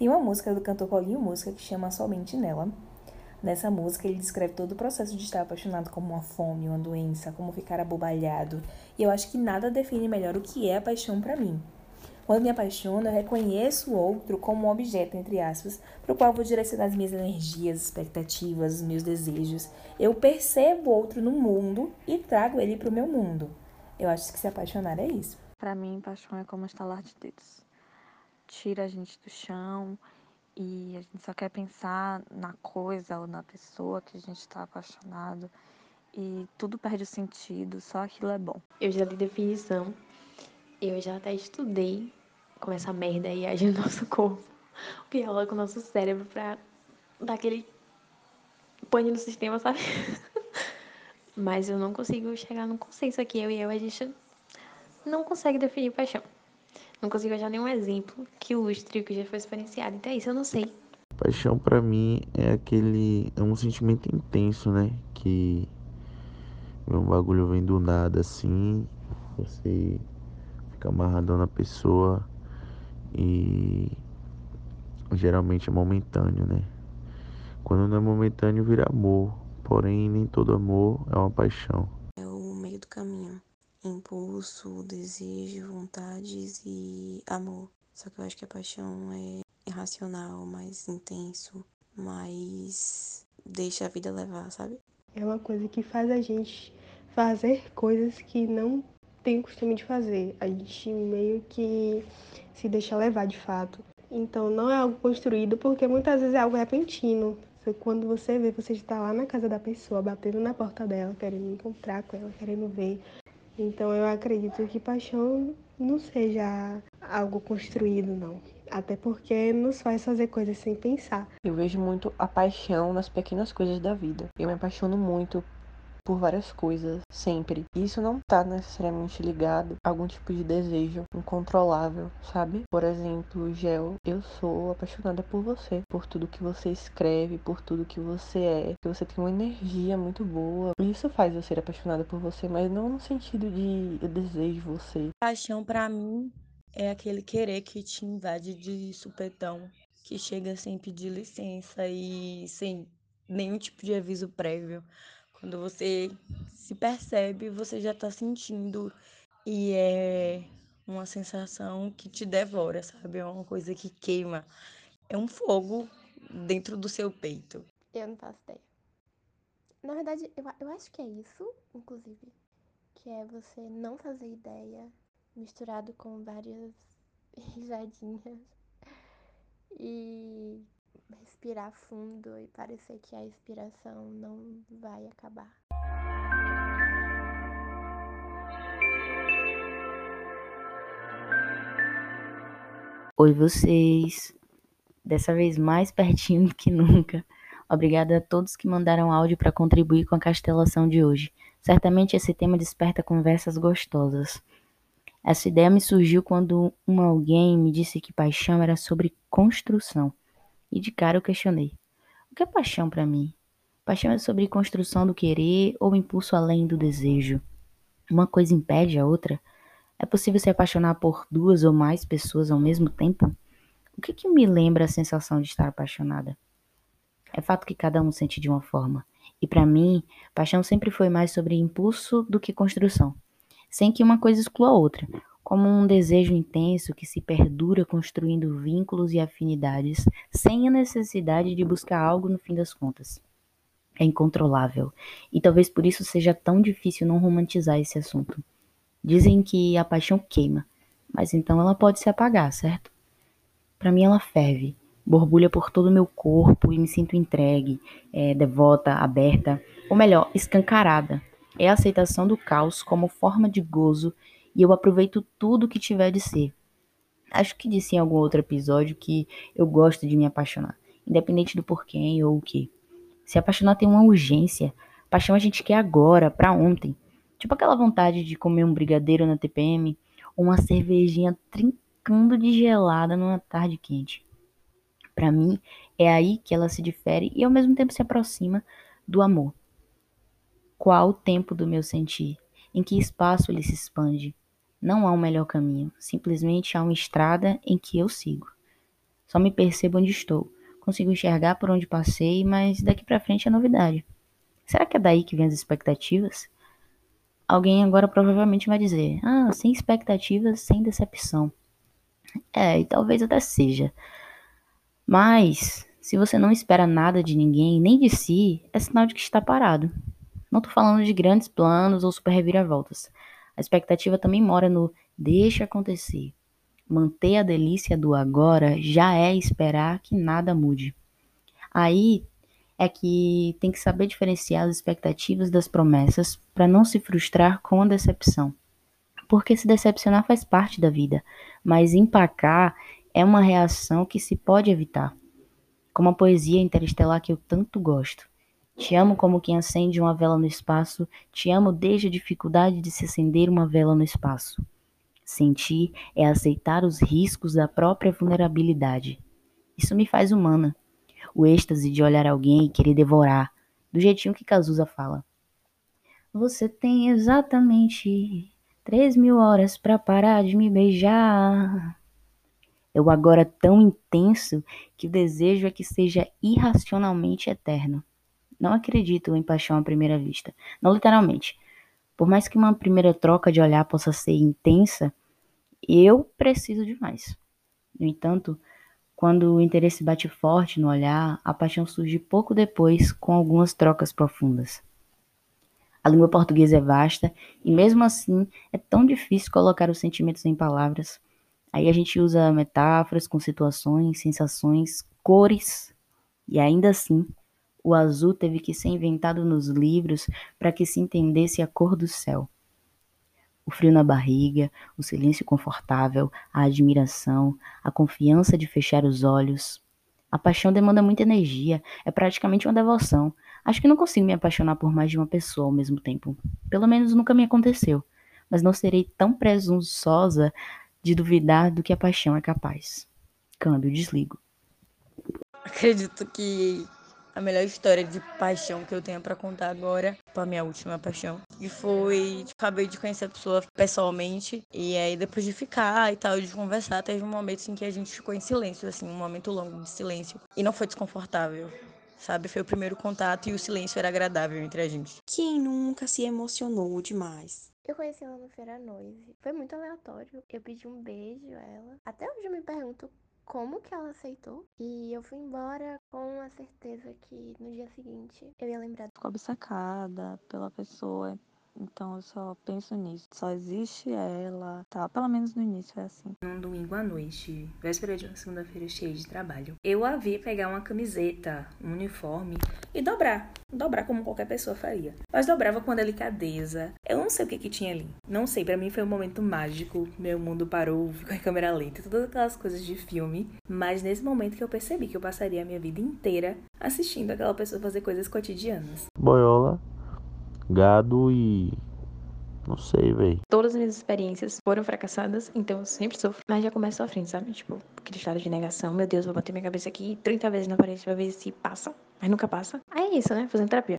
Tem uma música do cantor Paulinho Música que chama Somente Nela. Nessa música, ele descreve todo o processo de estar apaixonado, como uma fome, uma doença, como ficar abobalhado. E eu acho que nada define melhor o que é a paixão pra mim. Quando me apaixono, eu reconheço o outro como um objeto, entre aspas, para o qual vou direcionar as minhas energias, expectativas, os meus desejos. Eu percebo o outro no mundo e trago ele para o meu mundo. Eu acho que se apaixonar é isso. Pra mim, paixão é como um estalar de dedos. Tira a gente do chão e a gente só quer pensar na coisa ou na pessoa que a gente tá apaixonado e tudo perde o sentido, só aquilo é bom. Eu já li definição, eu já até estudei como essa merda aí age no nosso corpo, o que rola com o nosso cérebro pra dar aquele pane no sistema, sabe? Mas eu não consigo chegar num consenso aqui, a gente não consegue definir paixão. Não consigo achar nenhum exemplo que ilustre o que já foi experienciado. Então é isso, eu não sei. Paixão pra mim é um sentimento intenso, né? Que um bagulho vem do nada assim, você fica amarradão na pessoa e geralmente é momentâneo, né? Quando não é momentâneo vira amor, porém nem todo amor é uma paixão. É o meio do caminho. Impulso, desejo, vontades e amor. Só que eu acho que a paixão é irracional, mais intenso, mais deixa a vida levar, sabe? É uma coisa que faz a gente fazer coisas que não tem o costume de fazer. A gente meio que se deixa levar de fato. Então não é algo construído porque muitas vezes é algo repentino. Quando você vê, você está lá na casa da pessoa, batendo na porta dela, querendo encontrar com ela, querendo ver. Então eu acredito que paixão não seja algo construído, não. Até porque nos faz fazer coisas sem pensar. Eu vejo muito a paixão nas pequenas coisas da vida. Eu me apaixono muito por várias coisas, sempre. E isso não tá necessariamente ligado a algum tipo de desejo incontrolável, sabe? Por exemplo, Gel, eu sou apaixonada por você, por tudo que você escreve, por tudo que você é, que você tem uma energia muito boa. E isso faz eu ser apaixonada por você, mas não no sentido de eu desejo você. Paixão pra mim é aquele querer que te invade de supetão, que chega sem pedir licença e sem nenhum tipo de aviso prévio. Quando você se percebe, você já tá sentindo e é uma sensação que te devora, sabe? É uma coisa que queima. É um fogo dentro do seu peito. Eu não faço ideia. Na verdade, eu acho que é isso, inclusive. Que é você não fazer ideia, misturado com várias risadinhas. E respirar fundo e parecer que a expiração não vai acabar. Oi, vocês! Dessa vez mais pertinho do que nunca. Obrigada a todos que mandaram áudio para contribuir com a castelação de hoje. Certamente esse tema desperta conversas gostosas. Essa ideia me surgiu quando alguém me disse que paixão era sobre construção. E de cara eu questionei. O que é paixão para mim? Paixão é sobre construção do querer ou impulso além do desejo? Uma coisa impede a outra? É possível se apaixonar por duas ou mais pessoas ao mesmo tempo? O que me lembra a sensação de estar apaixonada? É fato que cada um sente de uma forma. E para mim, paixão sempre foi mais sobre impulso do que construção. Sem que uma coisa exclua a outra. Como um desejo intenso que se perdura construindo vínculos e afinidades, sem a necessidade de buscar algo no fim das contas. É incontrolável. E talvez por isso seja tão difícil não romantizar esse assunto. Dizem que a paixão queima, mas então ela pode se apagar, certo? Para mim ela ferve, borbulha por todo o meu corpo e me sinto entregue, devota, aberta, ou melhor, escancarada. É a aceitação do caos como forma de gozo e eu aproveito tudo que tiver de ser. Acho que disse em algum outro episódio que eu gosto de me apaixonar, independente do porquê ou o que. Se apaixonar tem uma urgência, paixão a gente quer agora, pra ontem. Tipo aquela vontade de comer um brigadeiro na TPM ou uma cervejinha trincando de gelada numa tarde quente. Pra mim, é aí que ela se difere e ao mesmo tempo se aproxima do amor. Qual o tempo do meu sentir? Em que espaço ele se expande? Não há um melhor caminho, simplesmente há uma estrada em que eu sigo. Só me percebo onde estou. Consigo enxergar por onde passei, mas daqui pra frente é novidade. Será que é daí que vem as expectativas? Alguém agora provavelmente vai dizer: ah, sem expectativas, sem decepção. E talvez até seja. Mas, se você não espera nada de ninguém, nem de si, é sinal de que está parado. Não tô falando de grandes planos ou super reviravoltas. A expectativa também mora no deixa acontecer. Manter a delícia do agora já é esperar que nada mude. Aí é que tem que saber diferenciar as expectativas das promessas para não se frustrar com a decepção. Porque se decepcionar faz parte da vida, mas empacar é uma reação que se pode evitar. Como a poesia interestelar que eu tanto gosto. Te amo como quem acende uma vela no espaço, te amo desde a dificuldade de se acender uma vela no espaço. Sentir é aceitar os riscos da própria vulnerabilidade. Isso me faz humana. O êxtase de olhar alguém e querer devorar, do jeitinho que Cazuza fala. Você tem exatamente 3.000 horas pra parar de me beijar. É o agora tão intenso que o desejo é que seja irracionalmente eterno. Não acredito em paixão à primeira vista. Não literalmente. Por mais que uma primeira troca de olhar possa ser intensa, eu preciso de mais. No entanto, quando o interesse bate forte no olhar, a paixão surge pouco depois com algumas trocas profundas. A língua portuguesa é vasta e mesmo assim é tão difícil colocar os sentimentos em palavras. Aí a gente usa metáforas com situações, sensações, cores e ainda assim o azul teve que ser inventado nos livros para que se entendesse a cor do céu. O frio na barriga, o silêncio confortável, a admiração, a confiança de fechar os olhos. A paixão demanda muita energia, é praticamente uma devoção. Acho que não consigo me apaixonar por mais de uma pessoa ao mesmo tempo. Pelo menos nunca me aconteceu. Mas não serei tão presunçosa de duvidar do que a paixão é capaz. Câmbio, desligo. Acredito que a melhor história de paixão que eu tenho pra contar agora foi a minha última paixão. E foi, acabei de conhecer a pessoa pessoalmente, e aí depois de ficar e tal, de conversar, teve um momento em que a gente ficou em silêncio, assim, um momento longo de silêncio. E não foi desconfortável, sabe? Foi o primeiro contato e o silêncio era agradável entre a gente. Quem nunca se emocionou demais? Eu conheci ela no Feira Noise. Foi muito aleatório. Eu pedi um beijo a ela. Até hoje eu me pergunto como que ela aceitou. E eu fui embora com a certeza que no dia seguinte eu ia lembrar. Fico obcecada pela pessoa, então eu só penso nisso. Só existe ela, tá? Pelo menos no início é assim. Num domingo à noite, véspera de uma segunda-feira cheia de trabalho, eu a vi pegar uma camiseta, um uniforme e dobrar como qualquer pessoa faria. Mas dobrava com delicadeza. Eu não sei o que tinha ali. Não sei, pra mim foi um momento mágico. Meu mundo parou, ficou em câmera lenta, todas aquelas coisas de filme. Mas nesse momento que eu percebi que eu passaria a minha vida inteira assistindo aquela pessoa fazer coisas cotidianas. Boiola, gado e... não sei, véi. Todas as minhas experiências foram fracassadas, então eu sempre sofro. Mas já começo à frente, sabe? Tipo, aquele estado de negação. Meu Deus, vou bater minha cabeça aqui 30 vezes na parede pra ver se passa. Mas nunca passa. Aí é isso, né? Fazendo terapia.